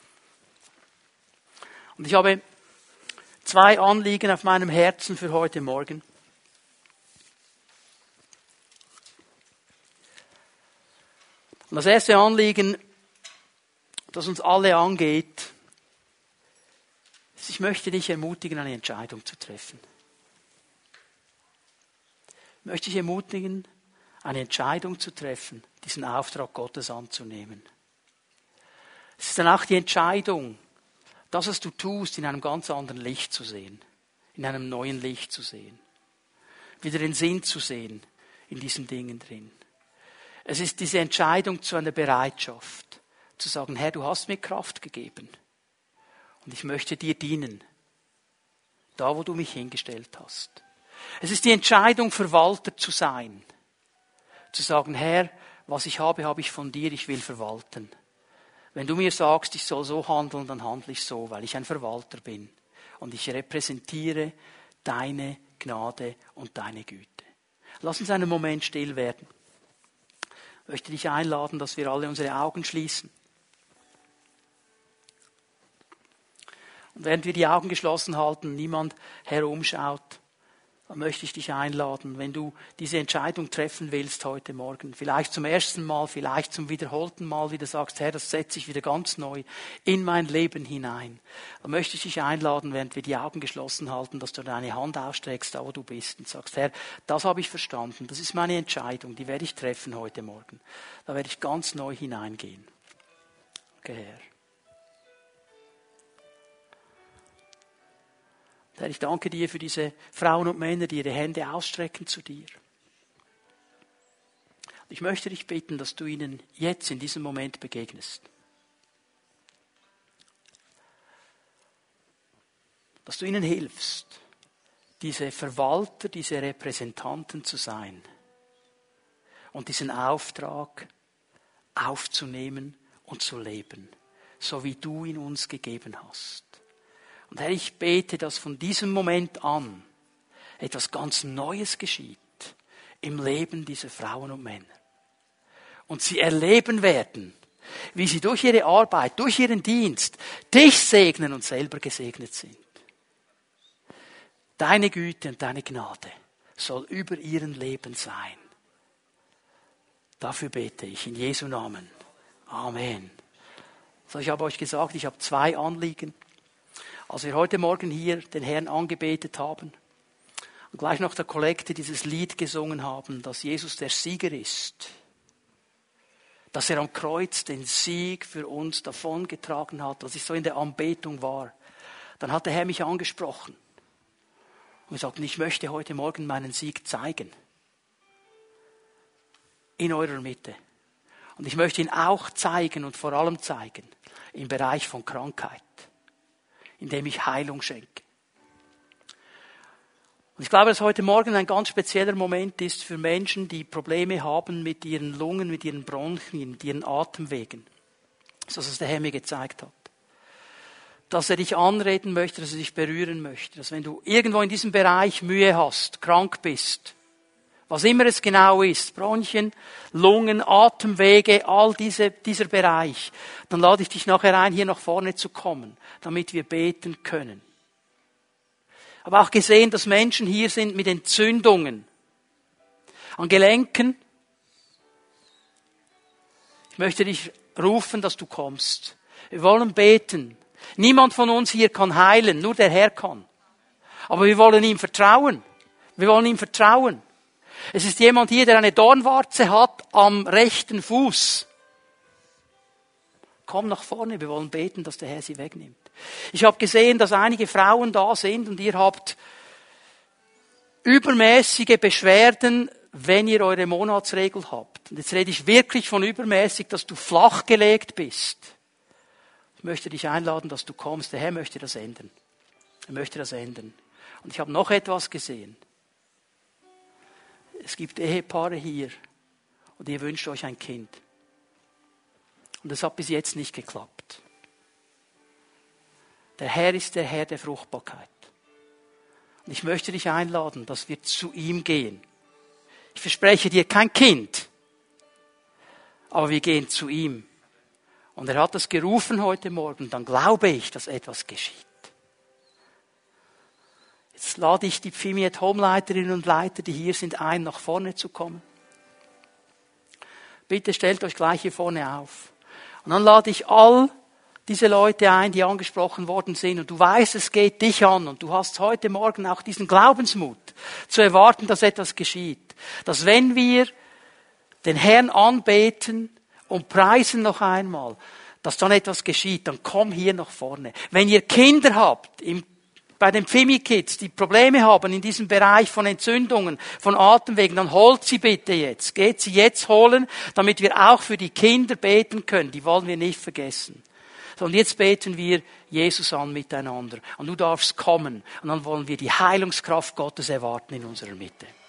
Und ich habe zwei Anliegen auf meinem Herzen für heute Morgen. Und das erste Anliegen, das uns alle angeht, ist, ich möchte dich ermutigen, eine Entscheidung zu treffen. Ich möchte dich ermutigen, eine Entscheidung zu treffen, diesen Auftrag Gottes anzunehmen. Es ist dann auch die Entscheidung, das, was du tust, in einem ganz anderen Licht zu sehen, in einem neuen Licht zu sehen, wieder den Sinn zu sehen in diesen Dingen drin. Es ist diese Entscheidung zu einer Bereitschaft, zu sagen, Herr, du hast mir Kraft gegeben und ich möchte dir dienen, da wo du mich hingestellt hast. Es ist die Entscheidung, Verwalter zu sein, zu sagen, Herr, was ich habe, habe ich von dir, ich will verwalten. Wenn du mir sagst, ich soll so handeln, dann handle ich so, weil ich ein Verwalter bin und ich repräsentiere deine Gnade und deine Güte. Lass uns einen Moment still werden. Ich möchte dich einladen, dass wir alle unsere Augen schließen. Und während wir die Augen geschlossen halten, niemand herumschaut, dann möchte ich dich einladen, wenn du diese Entscheidung treffen willst heute Morgen, vielleicht zum ersten Mal, vielleicht zum wiederholten Mal, wieder sagst, Herr, das setze ich wieder ganz neu in mein Leben hinein. Dann möchte ich dich einladen, während wir die Augen geschlossen halten, dass du deine Hand ausstreckst, da wo du bist und sagst, Herr, das habe ich verstanden, das ist meine Entscheidung, die werde ich treffen heute Morgen. Da werde ich ganz neu hineingehen. Danke, Herr. Herr, ich danke dir für diese Frauen und Männer, die ihre Hände ausstrecken zu dir. Ich möchte dich bitten, dass du ihnen jetzt in diesem Moment begegnest. Dass du ihnen hilfst, diese Verwalter, diese Repräsentanten zu sein und diesen Auftrag aufzunehmen und zu leben, so wie du ihn uns gegeben hast. Und Herr, ich bete, dass von diesem Moment an etwas ganz Neues geschieht im Leben dieser Frauen und Männer. Und sie erleben werden, wie sie durch ihre Arbeit, durch ihren Dienst dich segnen und selber gesegnet sind. Deine Güte und deine Gnade soll über ihren Leben sein. Dafür bete ich in Jesu Namen. Amen. So, ich habe euch gesagt, ich habe zwei Anliegen. Als wir heute Morgen hier den Herrn angebetet haben und gleich nach der Kollekte dieses Lied gesungen haben, dass Jesus der Sieger ist, dass er am Kreuz den Sieg für uns davongetragen hat, als ich so in der Anbetung war, dann hat der Herr mich angesprochen und gesagt, ich möchte heute Morgen meinen Sieg zeigen. In eurer Mitte. Und ich möchte ihn auch zeigen und vor allem zeigen im Bereich von Krankheit, indem ich Heilung schenke. Und ich glaube, dass heute Morgen ein ganz spezieller Moment ist für Menschen, die Probleme haben mit ihren Lungen, mit ihren Bronchien, mit ihren Atemwegen. Das ist, was der Herr mir gezeigt hat. Dass er dich anreden möchte, dass er dich berühren möchte. Dass wenn du irgendwo in diesem Bereich Mühe hast, krank bist, was immer es genau ist, Bronchien, Lungen, Atemwege, all diese, dieser Bereich, dann lade ich dich nachher ein, hier nach vorne zu kommen, damit wir beten können. Ich habe auch gesehen, dass Menschen hier sind mit Entzündungen an Gelenken. Ich möchte dich rufen, dass du kommst. Wir wollen beten. Niemand von uns hier kann heilen, nur der Herr kann. Aber wir wollen ihm vertrauen. Wir wollen ihm vertrauen. Es ist jemand hier, der eine Dornwarze hat am rechten Fuß. komm nach vorne, wir wollen beten, dass der Herr sie wegnimmt. Ich habe gesehen, dass einige Frauen da sind und ihr habt übermäßige Beschwerden, wenn ihr eure Monatsregel habt. Und jetzt rede ich wirklich von übermäßig, dass du flachgelegt bist. Ich möchte dich einladen, dass du kommst. Der Herr möchte das ändern. Er möchte das ändern. Und ich habe noch etwas gesehen. Es gibt Ehepaare hier und ihr wünscht euch ein Kind. Und das hat bis jetzt nicht geklappt. Der Herr ist der Herr der Fruchtbarkeit. Und ich möchte dich einladen, dass wir zu ihm gehen. Ich verspreche dir kein Kind, aber wir gehen zu ihm. Und er hat das gerufen heute Morgen, dann glaube ich, dass etwas geschieht. Jetzt lade ich die Pfimi at Home Leiterinnen und Leiter, die hier sind, ein, nach vorne zu kommen. Bitte stellt euch gleich hier vorne auf. Und dann lade ich all diese Leute ein, die angesprochen worden sind. Und du weißt, es geht dich an. Und du hast heute Morgen auch diesen Glaubensmut, zu erwarten, dass etwas geschieht. Dass wenn wir den Herrn anbeten und preisen noch einmal, dass dann etwas geschieht, dann komm hier nach vorne. Wenn ihr Kinder habt, im, bei den Pfimi-Kids, die Probleme haben in diesem Bereich von Entzündungen, von Atemwegen, dann holt sie bitte jetzt. Geht sie jetzt holen, damit wir auch für die Kinder beten können. Die wollen wir nicht vergessen. So, und jetzt beten wir Jesus an miteinander. Und du darfst kommen. Und dann wollen wir die Heilungskraft Gottes erwarten in unserer Mitte.